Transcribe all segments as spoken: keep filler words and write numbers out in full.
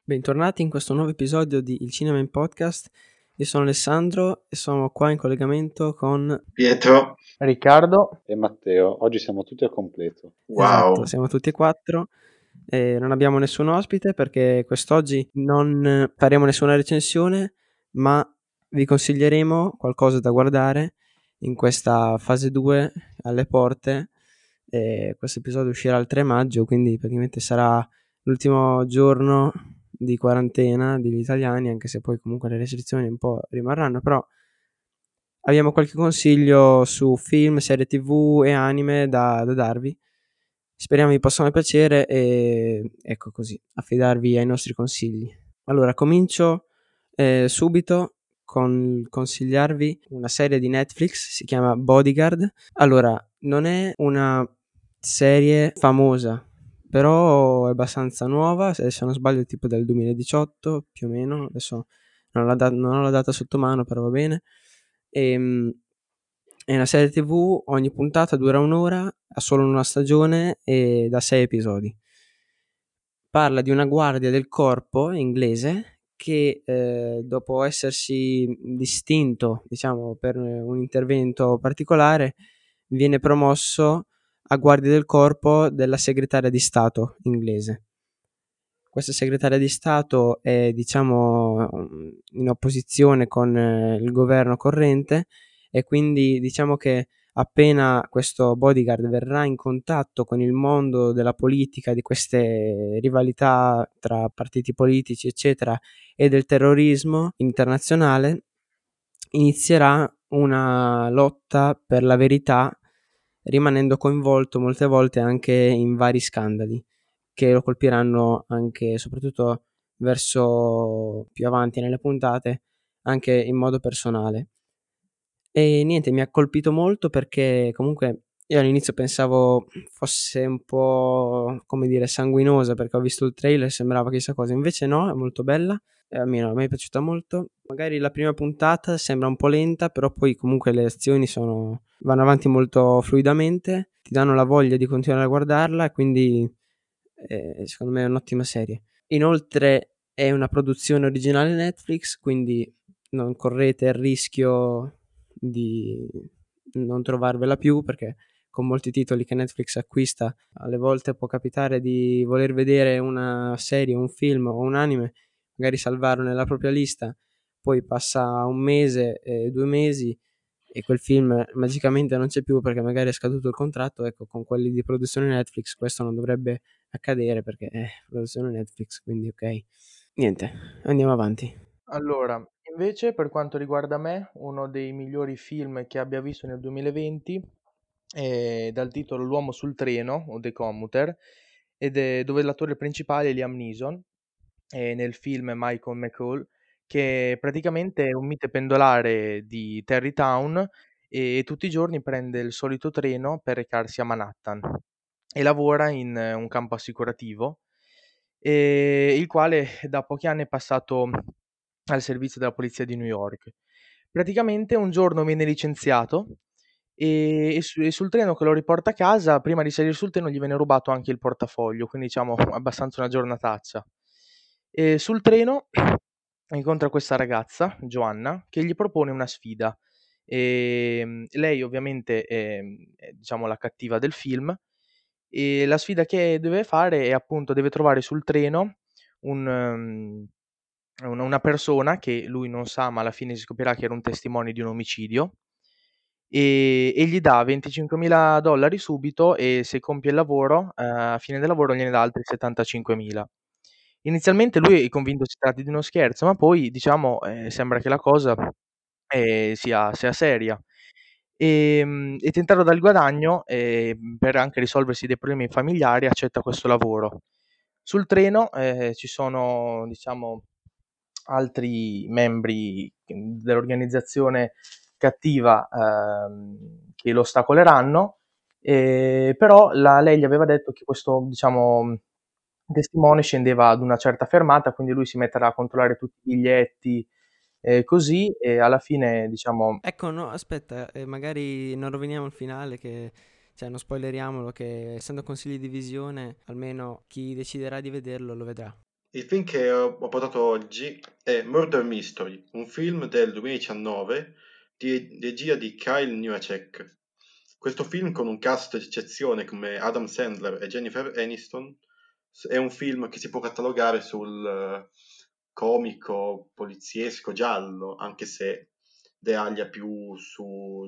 Bentornati in questo nuovo episodio di Il Cinema in Podcast. Io sono Alessandro e sono qua in collegamento con Pietro, Riccardo e Matteo. Oggi siamo tutti al completo. wow. Esatto, siamo tutti e quattro. E non abbiamo nessun ospite perché quest'oggi non faremo nessuna recensione, ma vi consiglieremo qualcosa da guardare in questa fase due alle porte. E questo episodio uscirà il tre maggio, quindi praticamente sarà l'ultimo giorno di quarantena degli italiani, anche se poi comunque le restrizioni un po' rimarranno, però abbiamo qualche consiglio su film, serie tv e anime da, da darvi. Speriamo vi possano piacere e ecco così, affidarvi ai nostri consigli. Allora, comincio eh, subito con consigliarvi una serie di Netflix, si chiama Bodyguard. Allora, non è una serie famosa, però è abbastanza nuova, se non sbaglio è tipo del duemiladiciotto più o meno, adesso non ho la, dat- non ho la data sotto mano, però va bene. E, è una serie tv, ogni puntata dura un'ora, ha solo una stagione e da sei episodi. Parla di una guardia del corpo inglese che eh, dopo essersi distinto, diciamo, per un intervento particolare, viene promosso a guardia del corpo della segretaria di Stato inglese. Questa segretaria di Stato è, diciamo, in opposizione con eh, il governo corrente e quindi diciamo che appena questo bodyguard verrà in contatto con il mondo della politica, di queste rivalità tra partiti politici, eccetera, e del terrorismo internazionale, inizierà una lotta per la verità, rimanendo coinvolto molte volte anche in vari scandali che lo colpiranno anche, soprattutto verso più avanti nelle puntate, anche in modo personale. E niente, mi ha colpito molto perché comunque io all'inizio pensavo fosse un po', come dire, sanguinosa, perché ho visto il trailer e sembrava chissà cosa, invece no, è molto bella, e almeno a me è piaciuta molto. Magari la prima puntata sembra un po' lenta, però poi comunque le azioni sono, vanno avanti molto fluidamente, ti danno la voglia di continuare a guardarla e quindi eh, secondo me è un'ottima serie. Inoltre è una produzione originale Netflix, quindi non correte il rischio di non trovarvela più, perché con molti titoli che Netflix acquista alle volte può capitare di voler vedere una serie, un film o un anime, magari salvarlo nella propria lista, poi passa un mese, eh, due mesi e quel film magicamente non c'è più perché magari è scaduto il contratto. Ecco, con quelli di produzione Netflix questo non dovrebbe accadere perché è produzione Netflix, quindi ok. Niente, andiamo avanti. Allora, invece per quanto riguarda me, uno dei migliori film che abbia visto nel duemilaventi è dal titolo L'uomo sul treno o The Commuter ed è dove l'attore principale è Liam Neeson e nel film è Michael McCall che praticamente è un mite pendolare di Terrytown e tutti i giorni prende il solito treno per recarsi a Manhattan e lavora in eh, un campo assicurativo, e il quale da pochi anni è passato al servizio della polizia di New York. Praticamente un giorno viene licenziato e, e su- e sul treno che lo riporta a casa, prima di salire sul treno gli viene rubato anche il portafoglio, quindi diciamo abbastanza una giornataccia. E sul treno incontra questa ragazza, Joanna, che gli propone una sfida. Ehm, lei ovviamente è, è, diciamo, la cattiva del film e la sfida che deve fare è appunto deve trovare sul treno un, um, una una persona che lui non sa, ma alla fine si scoprirà che era un testimone di un omicidio, e, e gli dà venticinquemila dollari subito e se compie il lavoro, eh, a fine del lavoro gliene dà altri settantacinquemila. Inizialmente lui è convinto si tratti di uno scherzo, ma poi diciamo eh, sembra che la cosa eh, sia, sia seria. Ehm, e tentato dal guadagno, ehm, per anche risolversi dei problemi familiari, accetta questo lavoro. Sul treno, ehm, ci sono, diciamo, altri membri, mhmm, dell'organizzazione cattiva, ehm, che lo ostacoleranno, ehm, però la lei gli aveva detto che questo, diciamo, testimone scendeva ad una certa fermata, quindi lui si metterà a controllare tutti i biglietti, e così, e alla fine, diciamo. Ecco, no, aspetta, eh, magari non roviniamo il finale, che, cioè non spoileriamolo, che essendo consigli di visione, almeno chi deciderà di vederlo lo vedrà. Il film che ho ho portato oggi è Murder Mystery, un film del duemiladiciannove di regia di Kyle Neuracek. Questo film, con un cast d'eccezione come Adam Sandler e Jennifer Aniston, s- è un film che si può catalogare sul eh, comico, poliziesco, giallo, anche se deraglia più su,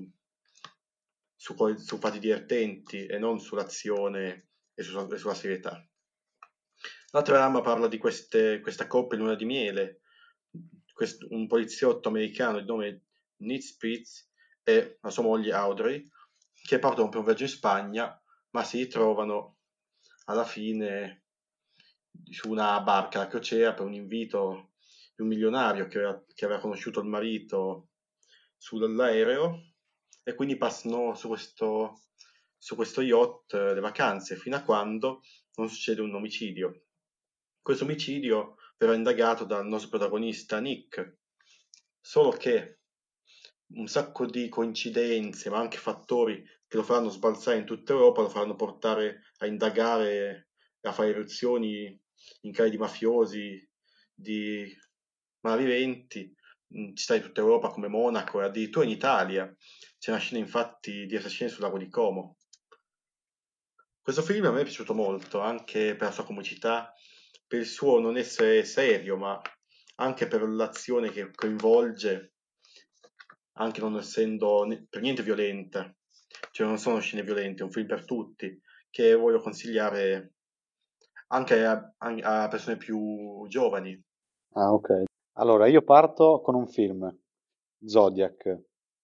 su, co- su fatti divertenti e non sull'azione e, su- e sulla serietà. La trama parla di queste- questa coppia in luna di miele, quest- un poliziotto americano di nome Nate Spitz e la sua moglie Audrey, che partono per un viaggio in Spagna, ma si ritrovano alla fine su una barca da crociera per un invito di un milionario che aveva, che aveva conosciuto il marito sull'aereo, e quindi passano su questo, su questo yacht eh, le vacanze fino a quando non succede un omicidio. Questo omicidio verrà indagato dal nostro protagonista Nick, solo che un sacco di coincidenze, ma anche fattori che lo faranno sbalzare in tutta Europa, lo faranno portare a indagare e a fare eruzioni in casi di mafiosi, di malviventi, in città di tutta Europa come Monaco e addirittura in Italia. C'è una scena infatti di assassini sul lago di Como. Questo film a me è piaciuto molto, anche per la sua comicità, per il suo non essere serio, ma anche per l'azione che coinvolge, anche non essendo ne- per niente violenta. Cioè non sono scene violente, è un film per tutti, che voglio consigliare anche a, a persone più giovani. Ah, ok. Allora, io parto con un film, Zodiac.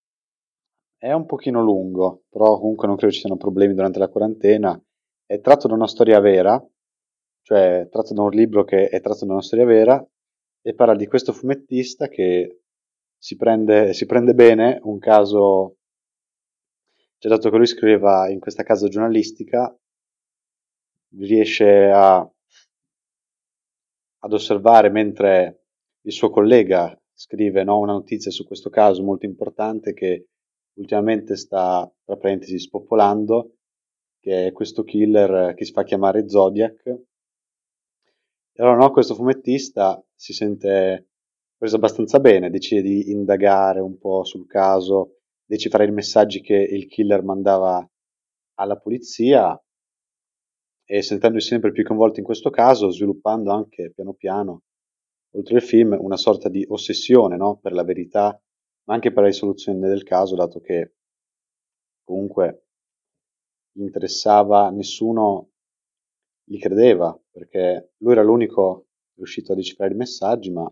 È un pochino lungo, però comunque non credo ci siano problemi durante la quarantena. È tratto da una storia vera, cioè è tratto da un libro che è tratto da una storia vera e parla di questo fumettista che si prende, si prende bene un caso, cioè dato che lui scriveva in questa casa giornalistica, riesce a ad osservare mentre il suo collega scrive, no, una notizia su questo caso molto importante che ultimamente sta, tra parentesi, spopolando, che è questo killer che si fa chiamare Zodiac. E allora, no, questo fumettista si sente preso abbastanza bene, decide di indagare un po' sul caso, decifrare i messaggi che il killer mandava alla polizia e sentendosi sempre più coinvolto in questo caso, sviluppando anche piano piano, oltre al film, una sorta di ossessione, no, per la verità, ma anche per la risoluzione del caso, dato che comunque gli interessava, nessuno gli credeva, perché lui era l'unico riuscito a decifrare i messaggi, ma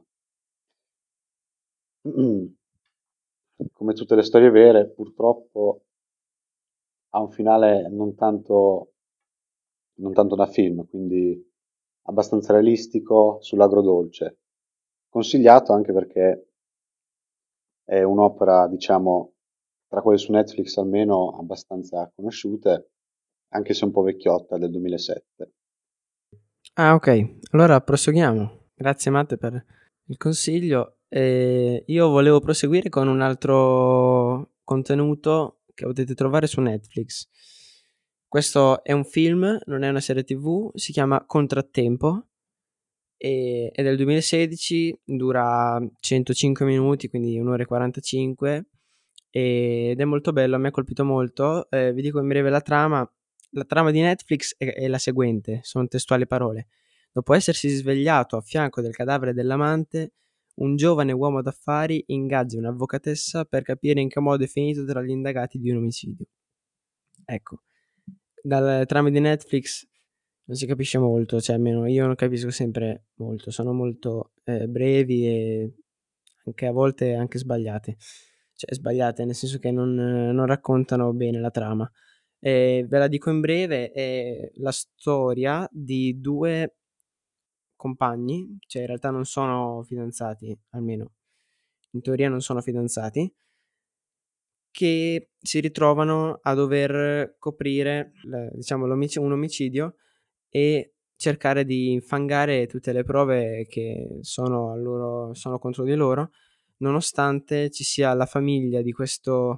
come tutte le storie vere, purtroppo ha un finale non tanto, non tanto da film, quindi abbastanza realistico sull'agrodolce. Consigliato anche perché è un'opera, diciamo, tra quelle su Netflix almeno abbastanza conosciute, anche se un po' vecchiotta, del duemilasette. Ah, ok. Allora proseguiamo. Grazie Matte per il consiglio. E io volevo proseguire con un altro contenuto che potete trovare su Netflix. Questo è un film, non è una serie T V, si chiama Contrattempo e è del duemilasedici, dura centocinque minuti, quindi un'ora e quarantacinque, ed è molto bello, a me ha colpito molto. Eh, vi dico in breve la trama. La trama di Netflix è, è la seguente, sono testuali parole. Dopo essersi svegliato a fianco del cadavere dell'amante, un giovane uomo d'affari ingaggia un'avvocatessa per capire in che modo è finito tra gli indagati di un omicidio. Ecco, dalle trame di Netflix non si capisce molto, cioè almeno io non capisco sempre molto, sono molto eh, brevi e anche a volte anche sbagliate, cioè sbagliate nel senso che non, non raccontano bene la trama. E ve la dico in breve, è la storia di due compagni, cioè in realtà non sono fidanzati, almeno in teoria non sono fidanzati, che si ritrovano a dover coprire, l- diciamo, l'omici- un omicidio e cercare di infangare tutte le prove che sono, a loro, sono contro di loro, nonostante ci sia la famiglia di questo,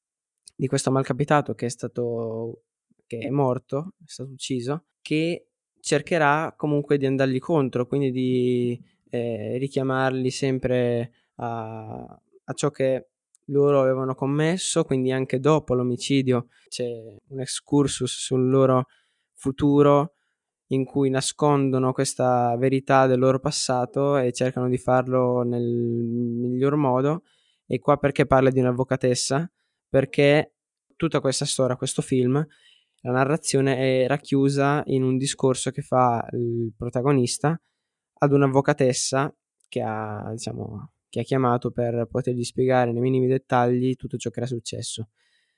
di questo malcapitato che è stato, che è morto, è stato ucciso, che cercherà comunque di andargli contro, quindi di eh, richiamarli sempre a, a ciò che loro avevano commesso, quindi anche dopo l'omicidio c'è un excursus sul loro futuro in cui nascondono questa verità del loro passato e cercano di farlo nel miglior modo. E qua perché parla di un'avvocatessa? Perché tutta questa storia, questo film, la narrazione è racchiusa in un discorso che fa il protagonista ad un'avvocatessa che ha, diciamo, che ha chiamato per potergli spiegare nei minimi dettagli tutto ciò che era successo.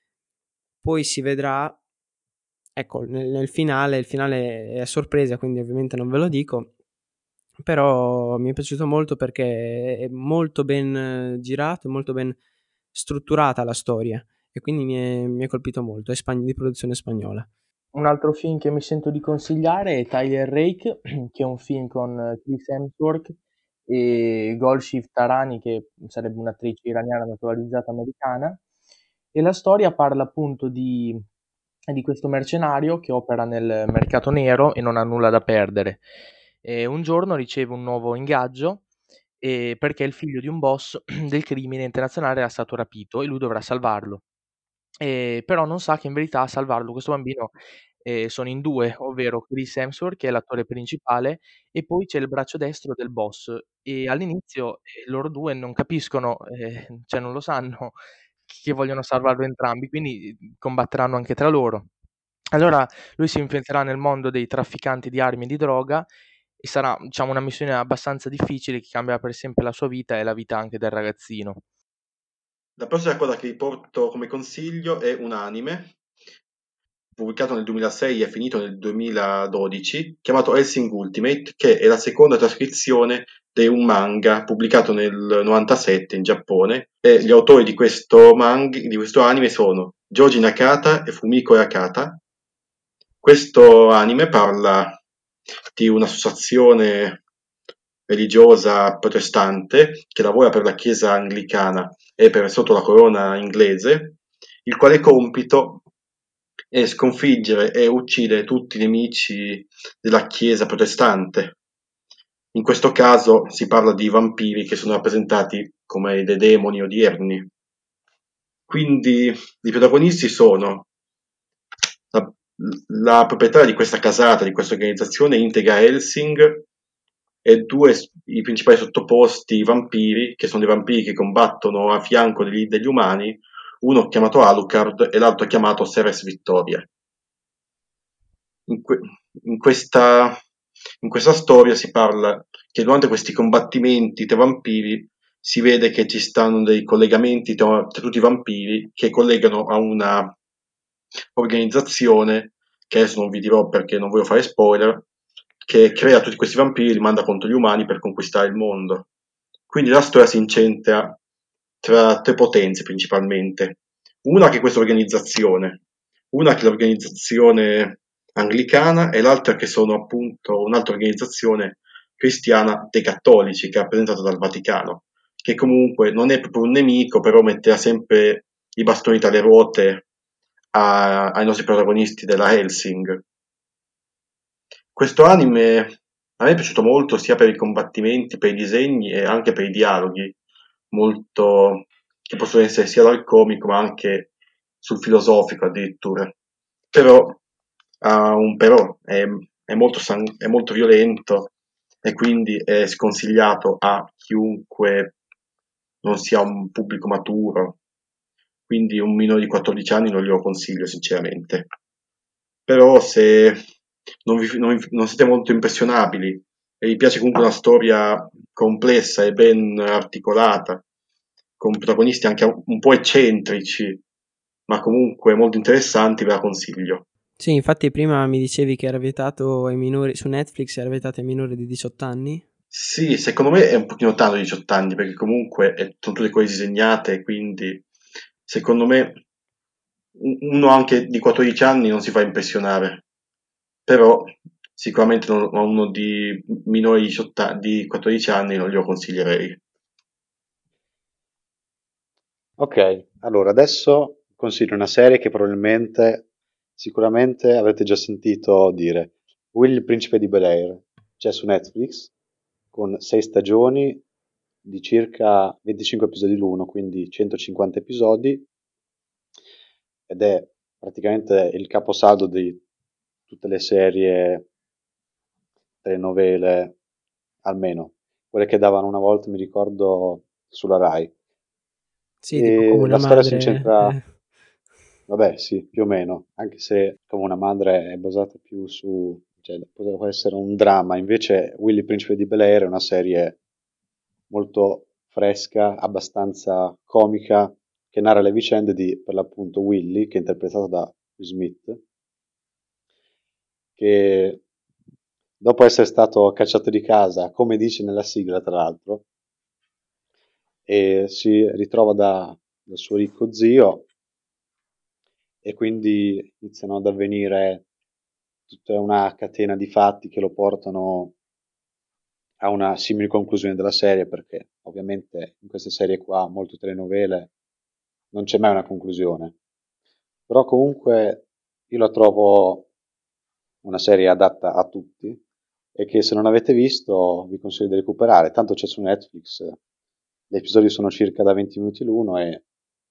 Poi si vedrà, ecco, nel, nel finale, il finale è a sorpresa, quindi ovviamente non ve lo dico, però mi è piaciuto molto perché è molto ben girato, è molto ben strutturata la storia e quindi mi è, mi è colpito molto, è spagn- di produzione spagnola. Un altro film che mi sento di consigliare è Tyler Rake, che è un film con Chris Hemsworth e Golshift Tarani, che sarebbe un'attrice iraniana naturalizzata americana. E la storia parla appunto di, di questo mercenario che opera nel mercato nero e non ha nulla da perdere. E un giorno riceve un nuovo ingaggio e perché il figlio di un boss del crimine internazionale era stato rapito e lui dovrà salvarlo. E però non sa che in verità a salvarlo questo bambino eh, sono in due, ovvero Chris Hemsworth, che è l'attore principale, e poi c'è il braccio destro del boss. E all'inizio eh, loro due non capiscono, eh, cioè non lo sanno che vogliono salvarlo entrambi, quindi eh, combatteranno anche tra loro. Allora lui si infiltrerà nel mondo dei trafficanti di armi e di droga e sarà, diciamo, una missione abbastanza difficile che cambierà per sempre la sua vita e la vita anche del ragazzino. La prossima cosa che vi porto come consiglio è un anime, pubblicato nel duemilasei e finito nel duemiladodici, chiamato Hellsing Ultimate, che è la seconda trascrizione di un manga pubblicato nel novantasette in Giappone, e gli autori di questo manga, di questo anime sono Joji Nakata e Fumiko Yakata. Questo anime parla di un'associazione religiosa protestante che lavora per la chiesa anglicana e per sotto la corona inglese, il quale compito è sconfiggere e uccidere tutti i nemici della chiesa protestante. In questo caso si parla di vampiri che sono rappresentati come dei demoni odierni. Quindi i protagonisti sono la, la proprietaria di questa casata, di questa organizzazione, Integra Helsing, e due i principali sottoposti vampiri, che sono dei vampiri che combattono a fianco degli, degli umani, uno chiamato Alucard e l'altro chiamato Ceres Victoria. In, que- in questa, in questa storia si parla che durante questi combattimenti tra vampiri si vede che ci stanno dei collegamenti tra, tra tutti i vampiri che collegano a una organizzazione che adesso non vi dirò perché non voglio fare spoiler, che crea tutti questi vampiri e li manda contro gli umani per conquistare il mondo. Quindi la storia si incentra tra tre potenze principalmente. Una che è questa organizzazione, una che è l'organizzazione anglicana e l'altra che sono appunto un'altra organizzazione cristiana dei cattolici che è rappresentata dal Vaticano, che comunque non è proprio un nemico, però metterà sempre i bastoni tra le ruote a, ai nostri protagonisti della Helsing. Questo anime a me è piaciuto molto sia per i combattimenti, per i disegni e anche per i dialoghi, molto che possono essere sia dal comico ma anche sul filosofico addirittura. Però ha un però, è, è molto, sang- è molto violento e quindi è sconsigliato a chiunque non sia un pubblico maturo, quindi un minore di quattordici anni non glielo consiglio sinceramente. Però se non, vi, non, non siete molto impressionabili e vi piace comunque una storia complessa e ben articolata, con protagonisti anche un po' eccentrici, ma comunque molto interessanti, ve la consiglio. Sì, infatti prima mi dicevi che era vietato ai minori, su Netflix era vietato ai minori di diciotto anni? Sì, secondo me è un pochino tanto di diciotto anni, perché comunque è, sono tutte cose disegnate, quindi secondo me uno anche di quattordici anni non si fa impressionare, però sicuramente non, a uno di minori di, diciotto, di quattordici anni non glielo consiglierei. Ok, allora adesso consiglio una serie che probabilmente, sicuramente avrete già sentito dire. Will il principe di Bel-Air, c'è su Netflix, con sei stagioni di circa venticinque episodi l'uno, quindi centocinquanta episodi, ed è praticamente il caposaldo di tutte le serie, telenovele, almeno quelle che davano una volta, mi ricordo, sulla Rai. Sì, tipo Come E una la storia si madre. incentra, eh. vabbè, sì, più o meno, anche se come una madre è basata più su, cioè poteva essere un dramma, invece Willy Principe di Bel-Air è una serie molto fresca, abbastanza comica, che narra le vicende di, per l'appunto, Willy, che è interpretato da Will Smith, che dopo essere stato cacciato di casa, come dice nella sigla, tra l'altro, e si ritrova da, dal suo ricco zio e quindi iniziano ad avvenire tutta una catena di fatti che lo portano a una simile conclusione della serie, perché ovviamente in queste serie qua, molte telenovele, non c'è mai una conclusione. Però comunque io la trovo una serie adatta a tutti e che se non avete visto vi consiglio di recuperare, tanto c'è su Netflix, gli episodi sono circa da venti minuti l'uno e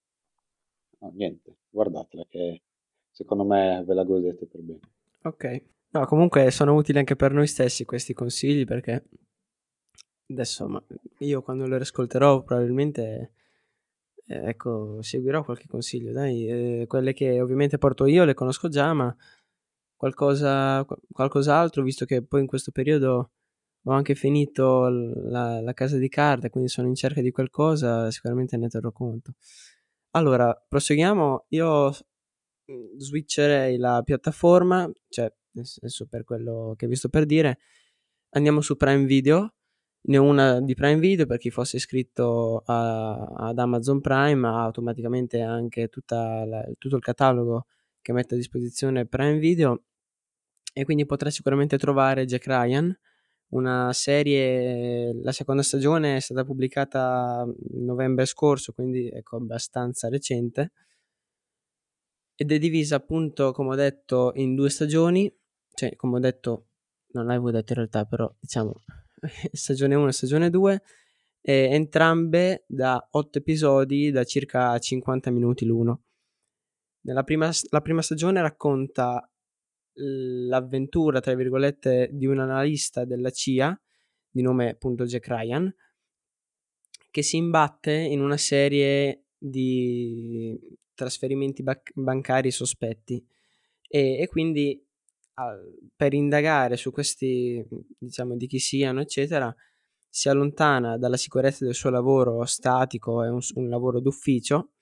no, niente, guardatela che secondo me ve la godete per bene. Ok. No, comunque sono utili anche per noi stessi questi consigli perché adesso ma io quando lo riascolterò probabilmente eh, ecco, seguirò qualche consiglio, dai. Eh, quelle che ovviamente porto io le conosco già, ma qualcosa, qual- qualcos'altro, visto che poi in questo periodo ho anche finito l- la, la casa di carta, quindi sono in cerca di qualcosa, sicuramente ne terrò conto. Allora, proseguiamo. Io mm, switcherei la piattaforma, cioè, nel senso per quello che vi sto per dire, andiamo su Prime Video. Ne ho una di Prime Video per chi fosse iscritto a- ad Amazon Prime, ha automaticamente anche tutta la- tutto il catalogo che mette a disposizione Prime Video e quindi potrà sicuramente trovare Jack Ryan, una serie, la seconda stagione è stata pubblicata novembre scorso, quindi ecco abbastanza recente, ed è divisa appunto, come ho detto, in due stagioni, cioè come ho detto, non l'avevo detto in realtà, però diciamo stagione uno e stagione due, e entrambe da otto episodi da circa cinquanta minuti l'uno. Nella prima, la prima stagione racconta l'avventura, tra virgolette, di un analista della C I A di nome appunto Jack Ryan, che si imbatte in una serie di trasferimenti bac- bancari sospetti e, e quindi al- per indagare su questi, diciamo, di chi siano, eccetera, si allontana dalla sicurezza del suo lavoro statico e un, un lavoro d'ufficio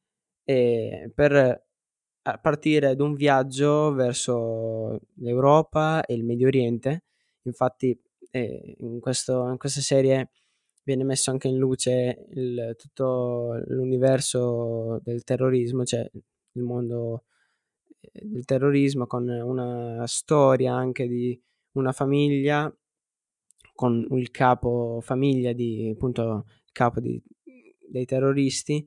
e per a partire ad un viaggio verso l'Europa e il Medio Oriente. Infatti, eh, in, questo, in questa serie viene messo anche in luce il, tutto l'universo del terrorismo, cioè il mondo eh, del terrorismo, con una storia anche di una famiglia, con il capo famiglia di appunto il capo di, dei terroristi,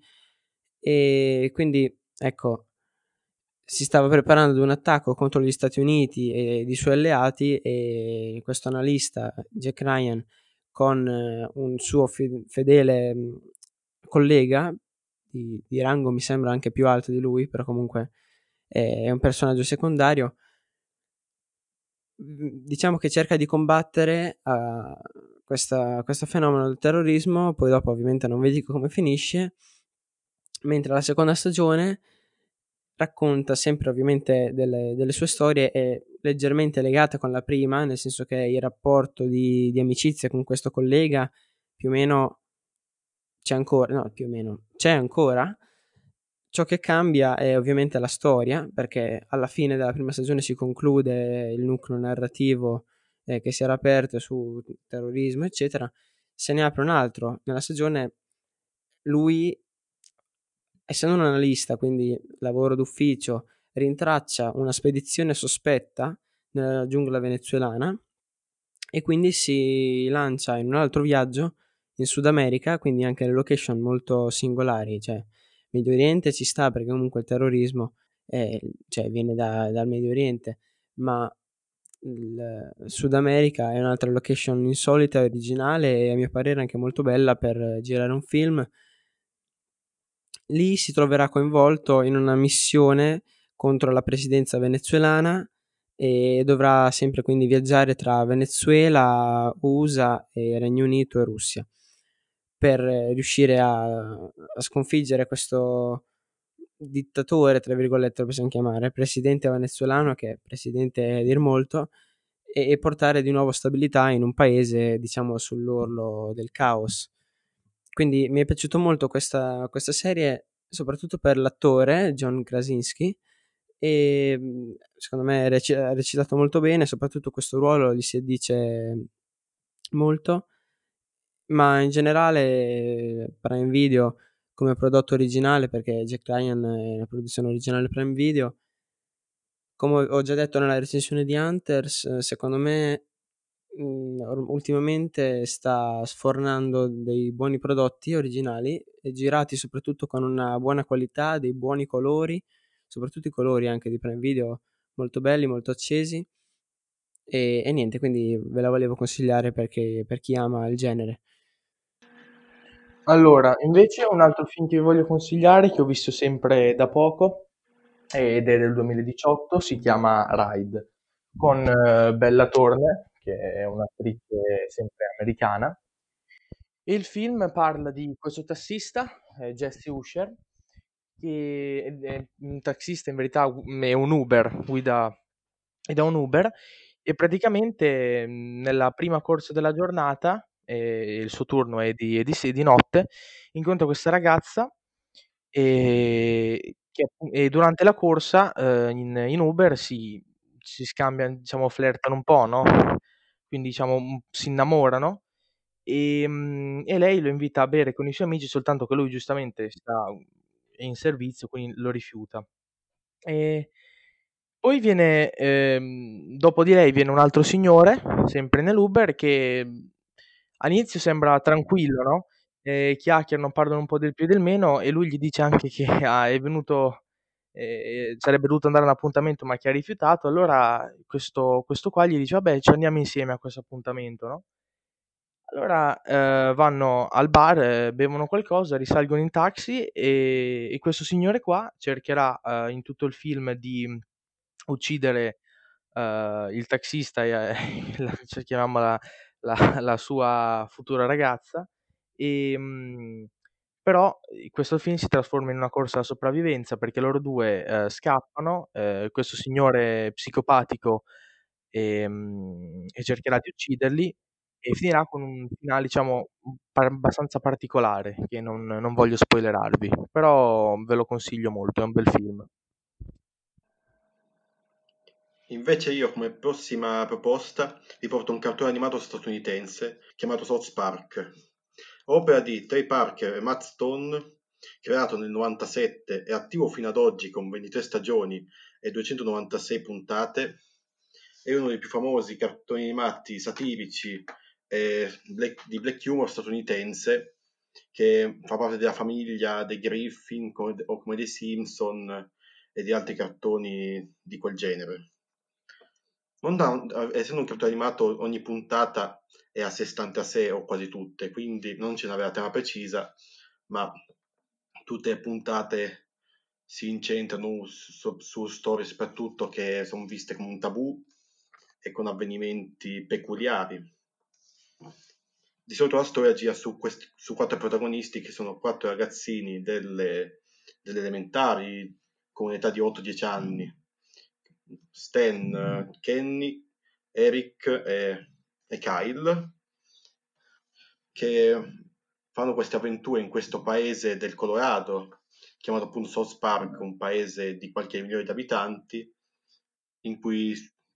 e quindi ecco si stava preparando ad un attacco contro gli Stati Uniti e i suoi alleati e questo analista Jack Ryan con eh, un suo fi- fedele mh, collega di, di rango mi sembra anche più alto di lui, però comunque è, è un personaggio secondario, mh, diciamo che cerca di combattere uh, questa, questo fenomeno del terrorismo, poi dopo ovviamente non vi dico come finisce, mentre la seconda stagione racconta sempre ovviamente delle, delle sue storie, è leggermente legata con la prima, nel senso che il rapporto di, di amicizia con questo collega più o meno c'è ancora, no più o meno c'è ancora. Ciò che cambia è ovviamente la storia, perché alla fine della prima stagione si conclude il nucleo narrativo eh, che si era aperto su terrorismo, eccetera. Se ne apre un altro. Nella stagione lui, essendo un analista, quindi lavoro d'ufficio, rintraccia una spedizione sospetta nella giungla venezuelana e quindi si lancia in un altro viaggio in Sud America, quindi anche le location molto singolari, cioè Medio Oriente ci sta perché comunque il terrorismo eh, cioè, viene da, dal Medio Oriente, ma il Sud America è un'altra location insolita e originale e a mio parere anche molto bella per girare un film. Lì si troverà coinvolto in una missione contro la presidenza venezuelana e dovrà sempre quindi viaggiare tra Venezuela, U S A e Regno Unito e Russia per riuscire a, a sconfiggere questo dittatore, tra virgolette lo possiamo chiamare, presidente venezuelano, che è presidente a dir molto, e, e portare di nuovo stabilità in un paese, diciamo, sull'orlo del caos. Quindi mi è piaciuto molto questa, questa serie, soprattutto per l'attore John Krasinski, e mh, secondo me reci- ha recitato molto bene, soprattutto questo ruolo gli si addice molto, ma in generale Prime Video come prodotto originale, perché Jack Ryan è una produzione originale Prime Video, come ho già detto nella recensione di Hunters, secondo me mh, ultimamente sta sfornando dei buoni prodotti originali e girati soprattutto con una buona qualità, dei buoni colori, soprattutto i colori anche di Prime Video molto belli, molto accesi e, e niente, quindi ve la volevo consigliare perché, per chi ama il genere. Allora, invece un altro film che vi voglio consigliare, che ho visto sempre da poco, ed è del duemiladiciotto, si chiama Ride, con eh, Bella Thorne, che è un'attrice sempre americana. E il film parla di questo tassista, eh, Jesse Usher, che è è un taxista, in verità gu- è un Uber, guida, ed è un Uber, e praticamente mh, nella prima corsa della giornata, eh, il suo turno è di, è di, se- di notte, incontra questa ragazza e, che, appu- e durante la corsa eh, in, in Uber si, si scambiano, diciamo, flirtano un po', no? Quindi diciamo m- si innamorano e, mm, e lei lo invita a bere con i suoi amici, soltanto che lui giustamente sta, è in servizio, quindi lo rifiuta. E poi viene, ehm, dopo di lei viene un altro signore, sempre nell'Uber, che mh, all'inizio sembra tranquillo, no? E chiacchierano, parlano un po' del più e del meno, e lui gli dice anche che ah, è venuto, eh, sarebbe dovuto andare a un appuntamento, ma che ha rifiutato. Allora questo, questo qua gli dice: Vabbè, ci andiamo insieme a questo appuntamento, no? Allora eh, vanno al bar, eh, bevono qualcosa, risalgono in taxi e, e questo signore qua cercherà eh, in tutto il film di mh, uccidere eh, il taxista e eh, la, cioè, chiamiamola la, la sua futura ragazza. E, mh, però eh, questo film si trasforma in una corsa alla sopravvivenza perché loro due eh, scappano, eh, questo signore psicopatico e, mh, e cercherà di ucciderli e finirà con un finale, diciamo, un pa- abbastanza particolare, che non, non voglio spoilerarvi, però ve lo consiglio molto, è un bel film. Invece io come prossima proposta vi porto un cartone animato statunitense chiamato South Park, opera di Trey Parker e Matt Stone, creato nel novantasette e attivo fino ad oggi con ventitré stagioni e duecentonovantasei puntate. È uno dei più famosi cartoni animati satirici e black- di black humor statunitense, che fa parte della famiglia dei Griffin come- o come dei Simpson e di altri cartoni di quel genere. Non da un- eh, essendo un cartone animato, ogni puntata è a sé stante a sé, o quasi tutte, quindi non c'è una vera tema precisa, ma tutte le puntate si incentrano su, su storie soprattutto che sono viste come un tabù e con avvenimenti peculiari. Di solito la storia gira su, questi, su quattro protagonisti che sono quattro ragazzini delle, delle elementari con un'età di otto dieci anni. Stan, Kenny, Eric e, e Kyle, che fanno queste avventure in questo paese del Colorado, chiamato appunto South Park, un paese di qualche milione di abitanti, in cui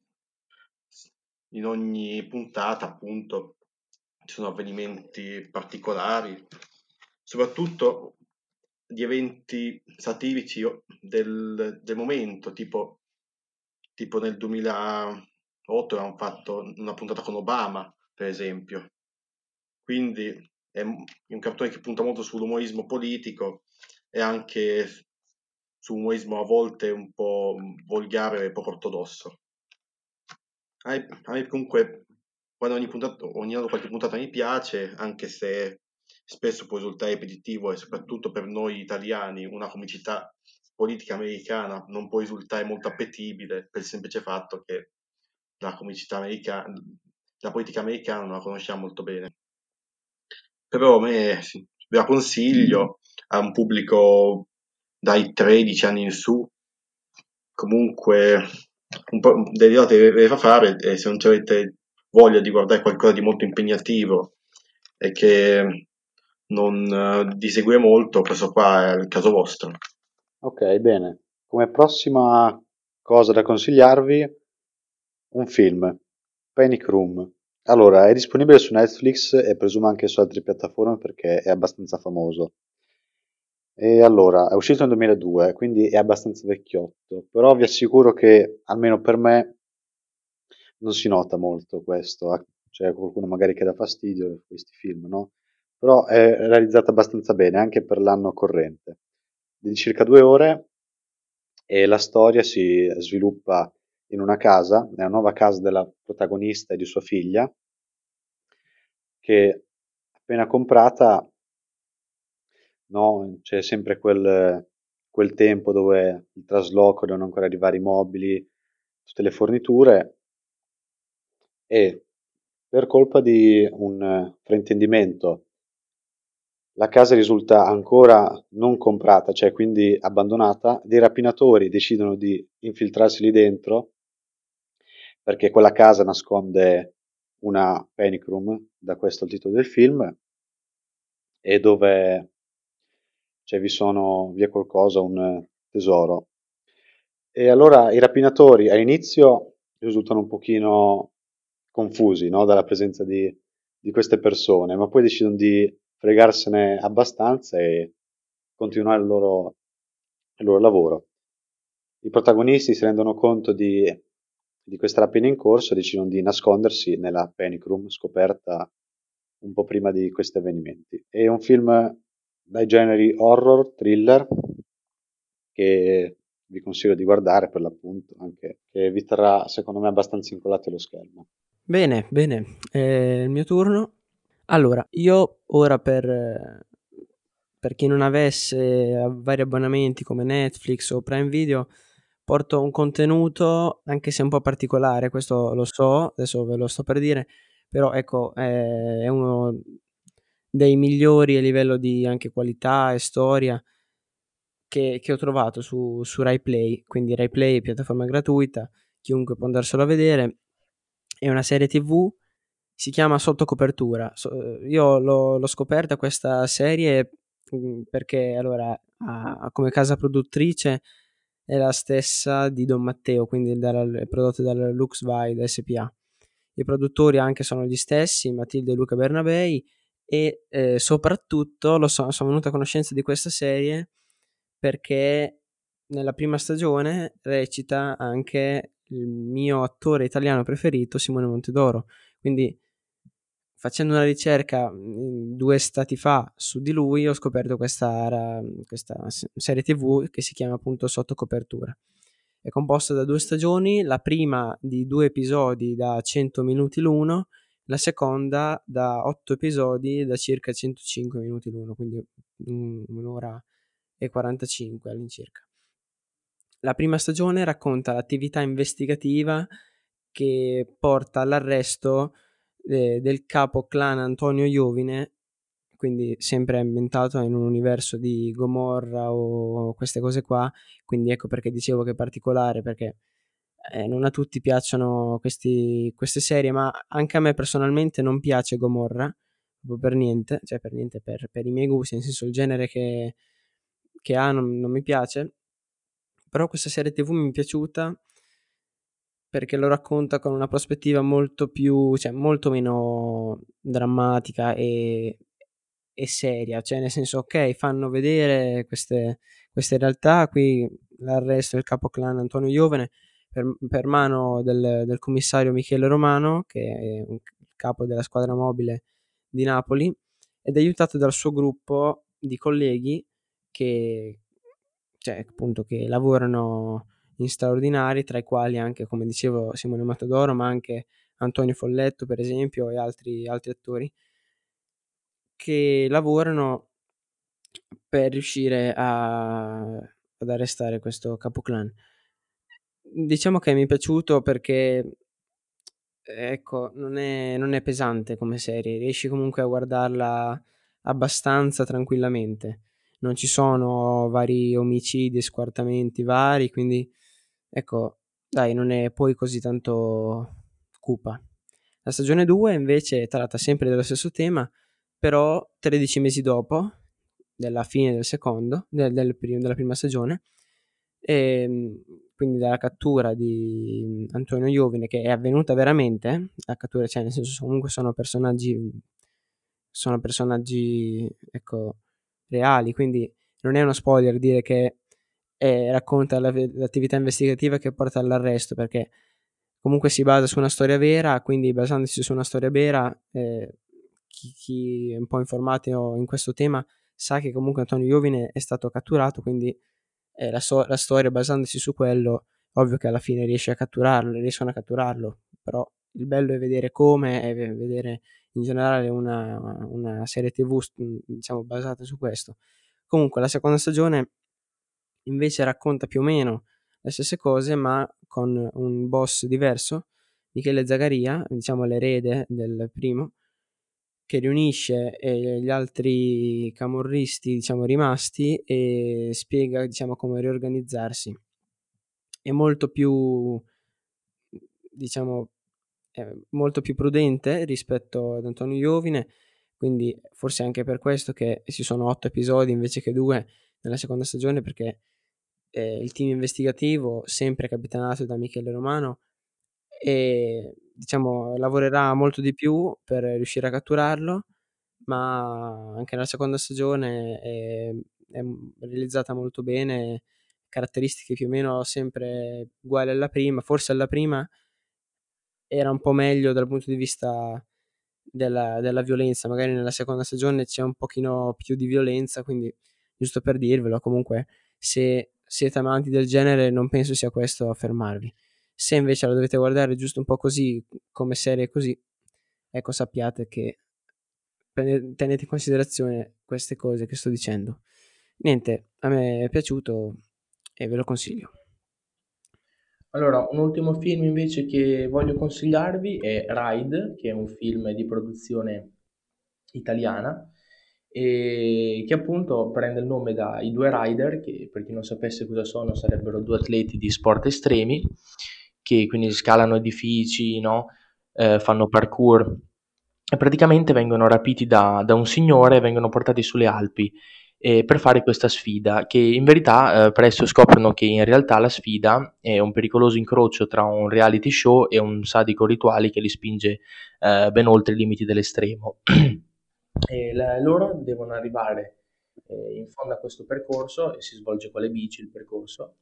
in ogni puntata appunto ci sono avvenimenti particolari, soprattutto di eventi satirici del, del momento, tipo, tipo nel duemilaotto hanno fatto una puntata con Obama, per esempio. Quindi è un cartone che punta molto sull'umorismo politico e anche su umorismo a volte un po' volgare e poco ortodosso. A me, a me comunque, quando ogni puntata, ogni anno qualche puntata mi piace, anche se spesso può risultare ripetitivo e soprattutto per noi italiani una comicità politica americana non può risultare molto appetibile per il semplice fatto che la comicità americana, la politica americana non la conosciamo molto bene. Però a me sì, ve la consiglio a un pubblico dai tredici anni in su, comunque un po' delle risate ve le fa fare, e se non avete voglia di guardare qualcosa di molto impegnativo e che non eh, di seguire molto, questo qua è il caso vostro. Ok, bene. Come prossima cosa da consigliarvi, un film, Panic Room. Allora, è disponibile su Netflix e presumo anche su altre piattaforme perché è abbastanza famoso. E allora, è uscito nel duemiladue, quindi è abbastanza vecchiotto, però vi assicuro che, almeno per me, non si nota molto questo. eh. C'è qualcuno magari che dà fastidio a questi film, no? Però è realizzato abbastanza bene, anche per l'anno corrente. Di circa due ore e la storia si sviluppa in una casa, nella nuova casa della protagonista e di sua figlia, che appena comprata, no, c'è sempre quel, quel tempo dove il trasloco, devono ancora arrivare i mobili, tutte le forniture, e per colpa di un eh, fraintendimento la casa risulta ancora non comprata, cioè quindi abbandonata. Dei rapinatori decidono di infiltrarsi lì dentro perché quella casa nasconde una panic room, da questo il titolo del film, e dove cioè, vi sono, vi è qualcosa, un tesoro. E allora i rapinatori all'inizio risultano un pochino confusi, no, dalla presenza di, di queste persone, ma poi decidono di fregarsene abbastanza e continuare il loro, il loro lavoro. I protagonisti si rendono conto di, di questa rapina in corso e decidono di nascondersi nella panic room scoperta un po' prima di questi avvenimenti. È un film dai generi horror, thriller, che vi consiglio di guardare per l'appunto, anche che vi terrà secondo me abbastanza incollati allo schermo. Bene, bene, è il mio turno. Allora, io ora per, per chi non avesse vari abbonamenti come Netflix o Prime Video, porto un contenuto anche se un po' particolare, questo lo so, adesso ve lo sto per dire, però ecco, è uno dei migliori a livello di anche qualità e storia che, che ho trovato su, su Rai Play, quindi Rai Play è piattaforma gratuita, chiunque può andarselo a vedere, è una serie tv, si chiama Sotto copertura. So- io l'ho, l'ho scoperta questa serie mh, perché allora ha, come casa produttrice è la stessa di Don Matteo, quindi dal, è prodotto dalla Lux Vide S P A. I produttori anche sono gli stessi, Matilde e Luca Bernabei, e eh, soprattutto lo so, sono venuto a conoscenza di questa serie perché nella prima stagione recita anche il mio attore italiano preferito, Simone Montedoro. Quindi facendo una ricerca mh, due stati fa su di lui ho scoperto questa, ra- questa s- serie tv che si chiama appunto Sotto copertura. È composta da due stagioni, la prima di due episodi da cento minuti l'uno, la seconda da otto episodi da circa centocinque minuti l'uno, quindi un- un'ora e quarantacinque all'incirca. La prima stagione racconta l'attività investigativa che porta all'arresto eh, del capo clan Antonio Iovine, quindi sempre ambientato in un universo di Gomorra o queste cose qua, quindi ecco perché dicevo che è particolare, perché eh, non a tutti piacciono questi, queste serie, ma anche a me personalmente non piace Gomorra, proprio per niente, cioè per niente, per, per i miei gusti, nel senso il genere che, che ha non, non mi piace, però questa serie tv mi è piaciuta perché lo racconta con una prospettiva molto più, cioè molto meno drammatica e, e seria, cioè nel senso ok, fanno vedere queste, queste realtà, qui l'arresto del capo clan Antonio Iovene per, per mano del, del commissario Michele Romano, che è un capo della squadra mobile di Napoli, ed è aiutato dal suo gruppo di colleghi che, cioè, appunto, che lavorano in straordinari, tra i quali anche, come dicevo, Simone Matadoro, ma anche Antonio Folletto, per esempio, e altri, altri attori che lavorano per riuscire a, ad arrestare questo capoclan. Diciamo che mi è piaciuto perché, ecco, non è, non è pesante come serie, riesci comunque a guardarla abbastanza tranquillamente. Non ci sono vari omicidi e squartamenti vari, quindi ecco, dai, non è poi così tanto cupa. La stagione due invece tratta sempre dello stesso tema, però tredici mesi dopo, della fine del secondo, del, del prim- della prima stagione, e quindi dalla cattura di Antonio Iovine, che è avvenuta veramente, la cattura, cioè nel senso comunque sono personaggi, sono personaggi, ecco, reali, quindi non è uno spoiler dire che eh, racconta la, l'attività investigativa che porta all'arresto, perché comunque si basa su una storia vera, quindi basandosi su una storia vera, eh, chi, chi è un po' informato in questo tema sa che comunque Antonio Iovine è stato catturato, quindi eh, la, so- la storia basandosi su quello, ovvio che alla fine riesce a catturarlo, riescono a catturarlo, però il bello è vedere come e vedere in generale una, una serie tv diciamo basata su questo. Comunque la seconda stagione invece racconta più o meno le stesse cose, ma con un boss diverso, Michele Zagaria, diciamo l'erede del primo, che riunisce eh, gli altri camorristi, diciamo, rimasti e spiega, diciamo, come riorganizzarsi. È molto più, diciamo, è molto più prudente rispetto ad Antonio Iovine, quindi forse anche per questo che ci sono otto episodi invece che due nella seconda stagione, perché eh, il team investigativo, sempre capitanato da Michele Romano, e diciamo lavorerà molto di più per riuscire a catturarlo, ma anche nella seconda stagione è, è realizzata molto bene, caratteristiche più o meno sempre uguali alla prima, forse alla prima era un po' meglio dal punto di vista della, della violenza, magari nella seconda stagione c'è un pochino più di violenza, quindi giusto per dirvelo, comunque se siete amanti del genere non penso sia questo a fermarvi. Se invece la dovete guardare giusto un po' così, come serie così, ecco sappiate che tenete in considerazione queste cose che sto dicendo. Niente, a me è piaciuto e ve lo consiglio. Allora, un ultimo film invece che voglio consigliarvi è Ride, che è un film di produzione italiana e che appunto prende il nome dai due rider, che per chi non sapesse cosa sono sarebbero due atleti di sport estremi, che quindi scalano edifici, no? Eh, fanno parkour e praticamente vengono rapiti da, da un signore e vengono portati sulle Alpi eh, per fare questa sfida, che in verità eh, presto scoprono che in realtà la sfida è un pericoloso incrocio tra un reality show e un sadico rituale che li spinge eh, ben oltre i limiti dell'estremo. E la- loro devono arrivare eh, in fondo a questo percorso e si svolge con le bici il percorso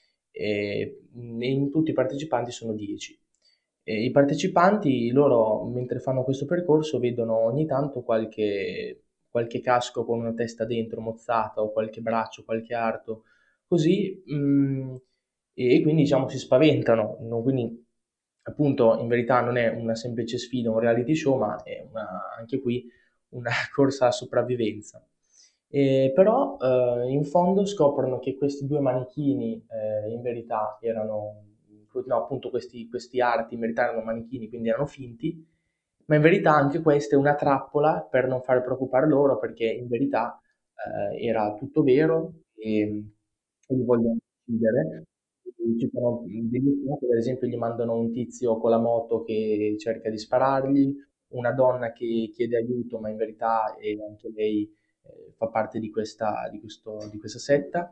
e mh, in tutti i partecipanti sono dieci. E i partecipanti, loro, mentre fanno questo percorso, vedono ogni tanto qualche, qualche casco con una testa dentro mozzata o qualche braccio, qualche arto, così, mh, e quindi diciamo si spaventano. No? Quindi, appunto, in verità non è una semplice sfida, un reality show, ma è una, anche qui una corsa a sopravvivenza. E però eh, in fondo scoprono che questi due manichini eh, in verità erano, no, appunto questi, questi arti in verità erano manichini, quindi erano finti, ma in verità anche questa è una trappola per non far preoccupare loro, perché in verità eh, era tutto vero e, e li vogliono uccidere. Ci sono degli stati, ad esempio, gli mandano un tizio con la moto che cerca di sparargli, una donna che chiede aiuto, ma in verità è anche lei eh, fa parte di questa, di questo- di questa setta.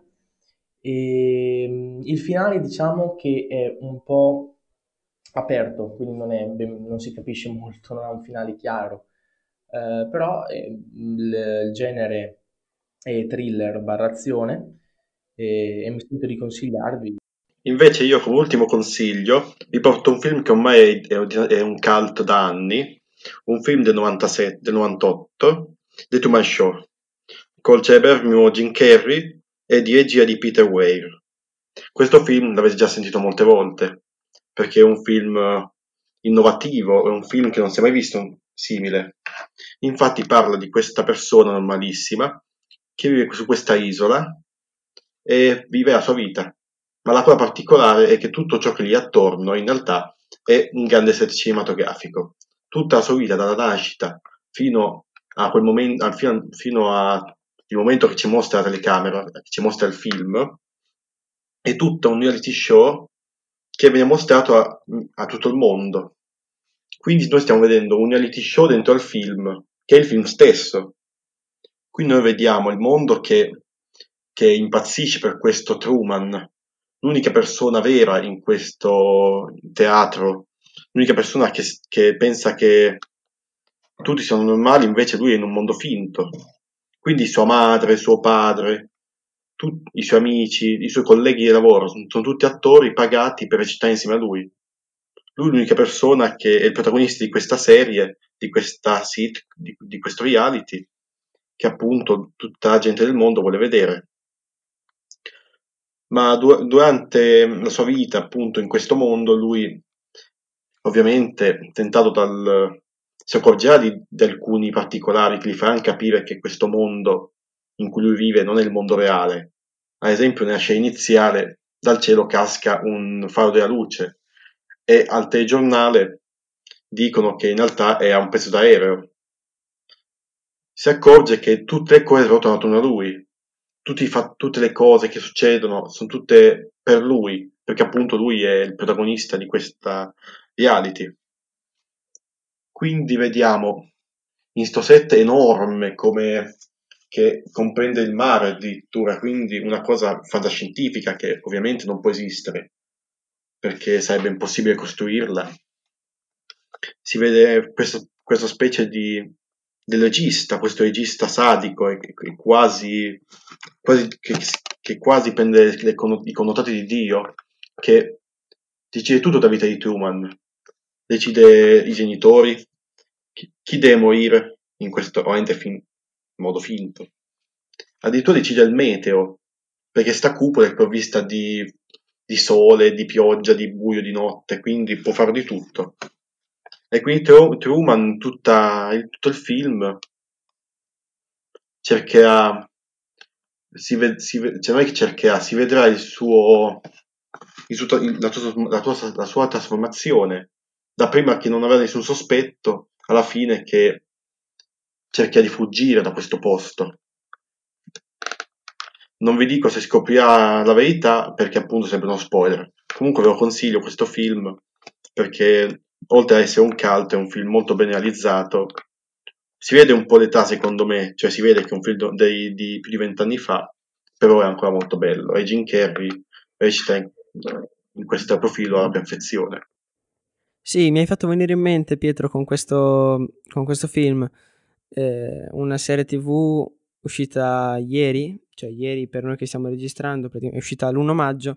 E, mm, il finale diciamo che è un po' aperto, quindi non, è ben- non si capisce molto, non ha un finale chiaro. Eh, però eh, il, il genere è thriller barra azione e, e mi sento di consigliarvi. Invece io come ultimo consiglio vi porto un film che ormai è, è un cult da anni, un film del novantasette, del novantotto, The Truman Show, col celeberrimo Jim Carrey e di regia di Peter Weir. Questo film l'avete già sentito molte volte, perché è un film eh, innovativo, è un film che non si è mai visto simile. Infatti parla di questa persona normalissima che vive su questa isola e vive la sua vita. Ma la cosa particolare è che tutto ciò che gli è attorno in realtà è un grande set cinematografico. Tutta la sua vita, dalla nascita fino a quel momento, fino, fino al momento che ci mostra la telecamera, che ci mostra il film, è tutto un reality show che viene mostrato a, a tutto il mondo. Quindi noi stiamo vedendo un reality show dentro al film, che è il film stesso. Qui noi vediamo il mondo che, che impazzisce per questo Truman, l'unica persona vera in questo teatro, l'unica persona che, che pensa che tutti sono normali, invece lui è in un mondo finto. Quindi sua madre, suo padre, tutti i suoi amici, i suoi colleghi di lavoro, sono, sono tutti attori pagati per recitare insieme a lui. Lui è l'unica persona che è il protagonista di questa serie, di questa sit, di, di questo reality, che appunto tutta la gente del mondo vuole vedere. Ma du- durante la sua vita, appunto, in questo mondo, lui ovviamente tentato dal... si accorgerà di, di alcuni particolari che gli faranno capire che questo mondo in cui lui vive non è il mondo reale. Ad esempio, nella scena iniziale, dal cielo casca un faro della luce e al telegiornale dicono che in realtà è un pezzo d'aereo. Si accorge che tutte le cose ruotano attorno a lui, tutti i fa- tutte le cose che succedono sono tutte per lui, perché appunto lui è il protagonista di questa reality. Quindi vediamo in sto set enorme come che comprende il mare addirittura, quindi una cosa fantascientifica che ovviamente non può esistere, perché sarebbe impossibile costruirla. Si vede questo, questa specie di, di regista, questo regista sadico e, e quasi, quasi che, che quasi prende le, i connotati di Dio, che decide tutto della vita di Truman, decide i genitori, chi, chi deve morire in questo ovviamente fin, in modo finto. Addirittura decide il meteo, perché sta cupola è provvista di, di sole, di pioggia, di buio, di notte, quindi può fare di tutto. E quindi Truman, tutta, il, tutto il film, cercherà, si ved, si ved, cioè non è che cercherà, si vedrà il suo, il suo il, la, tua, la, tua, la sua trasformazione, da prima che non aveva nessun sospetto, alla fine che cerca di fuggire da questo posto. Non vi dico se scoprirà la verità perché appunto sarebbe uno spoiler. Comunque ve lo consiglio questo film perché oltre ad essere un cult è un film molto ben realizzato. Si vede un po' l'età secondo me, cioè si vede che è un film dei, di più di vent'anni fa, però è ancora molto bello e Jim Carrey recita in, in questo profilo alla perfezione. Sì, mi hai fatto venire in mente, Pietro, con questo, con questo film, eh, una serie tivù uscita ieri, cioè ieri per noi che stiamo registrando, è uscita l'primo maggio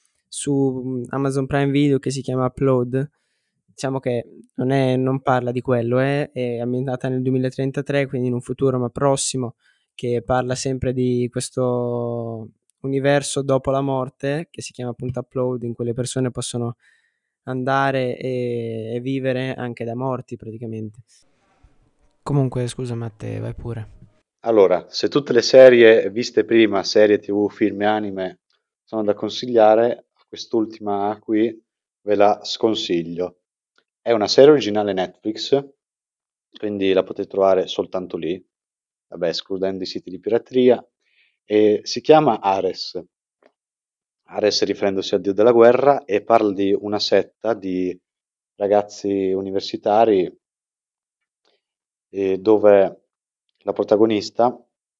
su Amazon Prime Video, che si chiama Upload. Diciamo che non, è, non parla di quello, è, è ambientata nel duemilatrentatré, quindi in un futuro ma prossimo, che parla sempre di questo universo dopo la morte, che si chiama appunto Upload, in cui le persone possono andare e, e vivere anche da morti praticamente. Comunque scusa Matte, vai pure. Allora, se tutte le serie viste prima, serie tivù, film e anime, sono da consigliare, quest'ultima qui ve la sconsiglio. È una serie originale Netflix, quindi la potete trovare soltanto lì, vabbè, escludendo i siti di pirateria, e si chiama Ares. Ares riferendosi al dio della guerra e parla di una setta di ragazzi universitari eh, dove la protagonista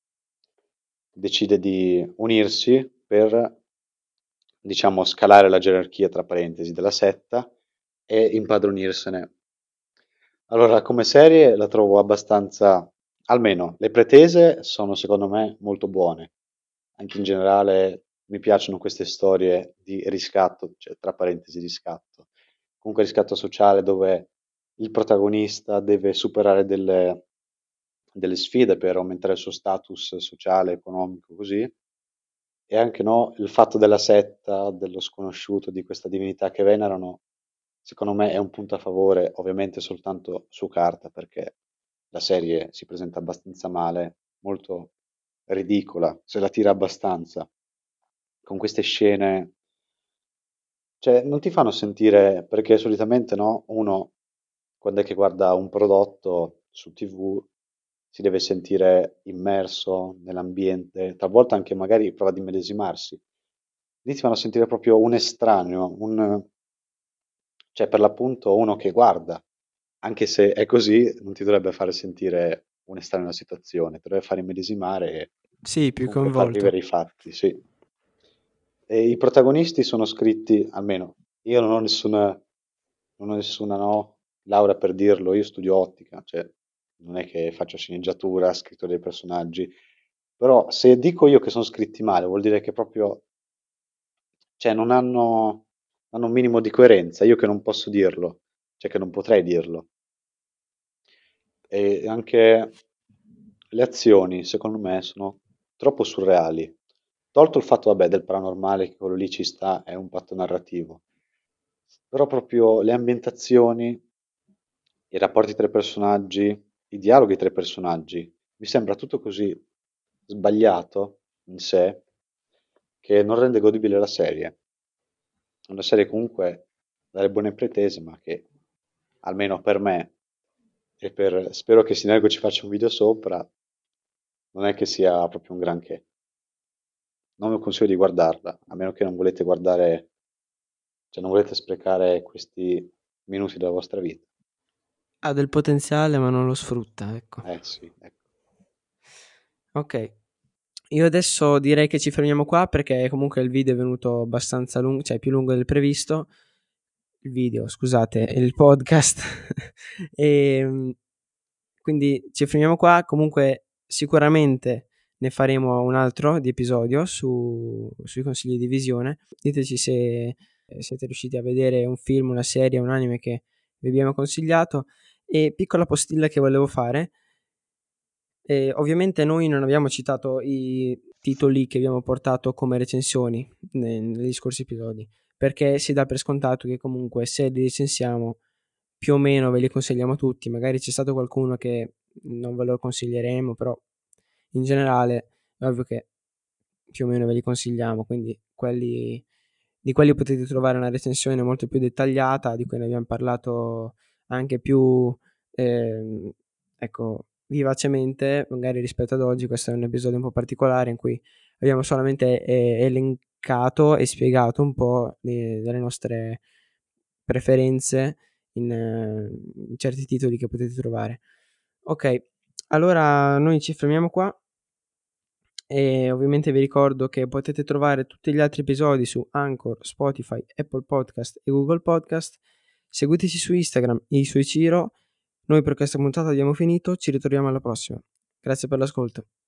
decide di unirsi per, diciamo, scalare la gerarchia, tra parentesi, della setta e impadronirsene. Allora, come serie la trovo abbastanza, almeno le pretese sono secondo me molto buone. Anche in generale mi piacciono queste storie di riscatto, cioè tra parentesi riscatto. Comunque riscatto sociale dove il protagonista deve superare delle, delle sfide per aumentare il suo status sociale, economico, così. e anche no, il fatto della setta, dello sconosciuto, di questa divinità che venerano, secondo me è un punto a favore, ovviamente soltanto su carta, perché la serie si presenta abbastanza male, molto ridicola, se la tira abbastanza, con queste scene, cioè non ti fanno sentire, perché solitamente no, uno quando è che guarda un prodotto su T V si deve sentire immerso nell'ambiente, talvolta anche magari prova ad immedesimarsi. Lì ti fanno sentire proprio un estraneo, un, cioè per l'appunto uno che guarda, anche se è così, non ti dovrebbe fare sentire un estraneo alla situazione, ti dovrebbe fare immedesimare e Sì, più comunque far coinvolto. vivere i fatti, sì. E i protagonisti sono scritti, almeno io non ho nessuna, non ho nessuna no, laurea per dirlo, io studio ottica, cioè non è che faccio sceneggiatura, scritto dei personaggi, però se dico io che sono scritti male, vuol dire che proprio, cioè non hanno, hanno un minimo di coerenza, io che non posso dirlo, cioè che non potrei dirlo. E anche le azioni, secondo me, sono troppo surreali. Tolto il fatto, vabbè, del paranormale, che quello lì ci sta, è un patto narrativo. Però proprio le ambientazioni, i rapporti tra i personaggi, i dialoghi tra i personaggi, mi sembra tutto così sbagliato in sé che non rende godibile la serie. È una serie comunque dalle buone pretese, ma che almeno per me e per, spero che Sinergo ci faccia un video sopra, non è che sia proprio un granché. Non vi consiglio di guardarla, a meno che non volete guardare, cioè non volete sprecare questi minuti della vostra vita. Ha del potenziale ma non lo sfrutta, ecco. Eh sì, ecco. Ok, io adesso direi che ci fermiamo qua perché comunque il video è venuto abbastanza lungo, cioè più lungo del previsto. Il video, scusate, il podcast. E quindi ci fermiamo qua. Comunque sicuramente ne faremo un altro di episodio su, sui consigli di visione. Diteci se siete riusciti a vedere un film, una serie, un anime che vi abbiamo consigliato. E piccola postilla che volevo fare. E ovviamente noi non abbiamo citato i titoli che abbiamo portato come recensioni negli scorsi episodi, perché si dà per scontato che comunque se li recensiamo più o meno ve li consigliamo tutti. Magari c'è stato qualcuno che non ve lo consiglieremo, però in generale è ovvio che più o meno ve li consigliamo, quindi quelli, di quelli potete trovare una recensione molto più dettagliata, di cui ne abbiamo parlato anche più eh, ecco, vivacemente, magari rispetto ad oggi. Questo è un episodio un po' particolare in cui abbiamo solamente eh, elencato e spiegato un po' di, delle nostre preferenze in, eh, in certi titoli che potete trovare. Ok, allora noi ci fermiamo qua e ovviamente vi ricordo che potete trovare tutti gli altri episodi su Anchor, Spotify, Apple Podcast e Google Podcast. Seguiteci su Instagram e su Ciro. Noi per questa puntata abbiamo finito, ci ritroviamo alla prossima. Grazie per l'ascolto.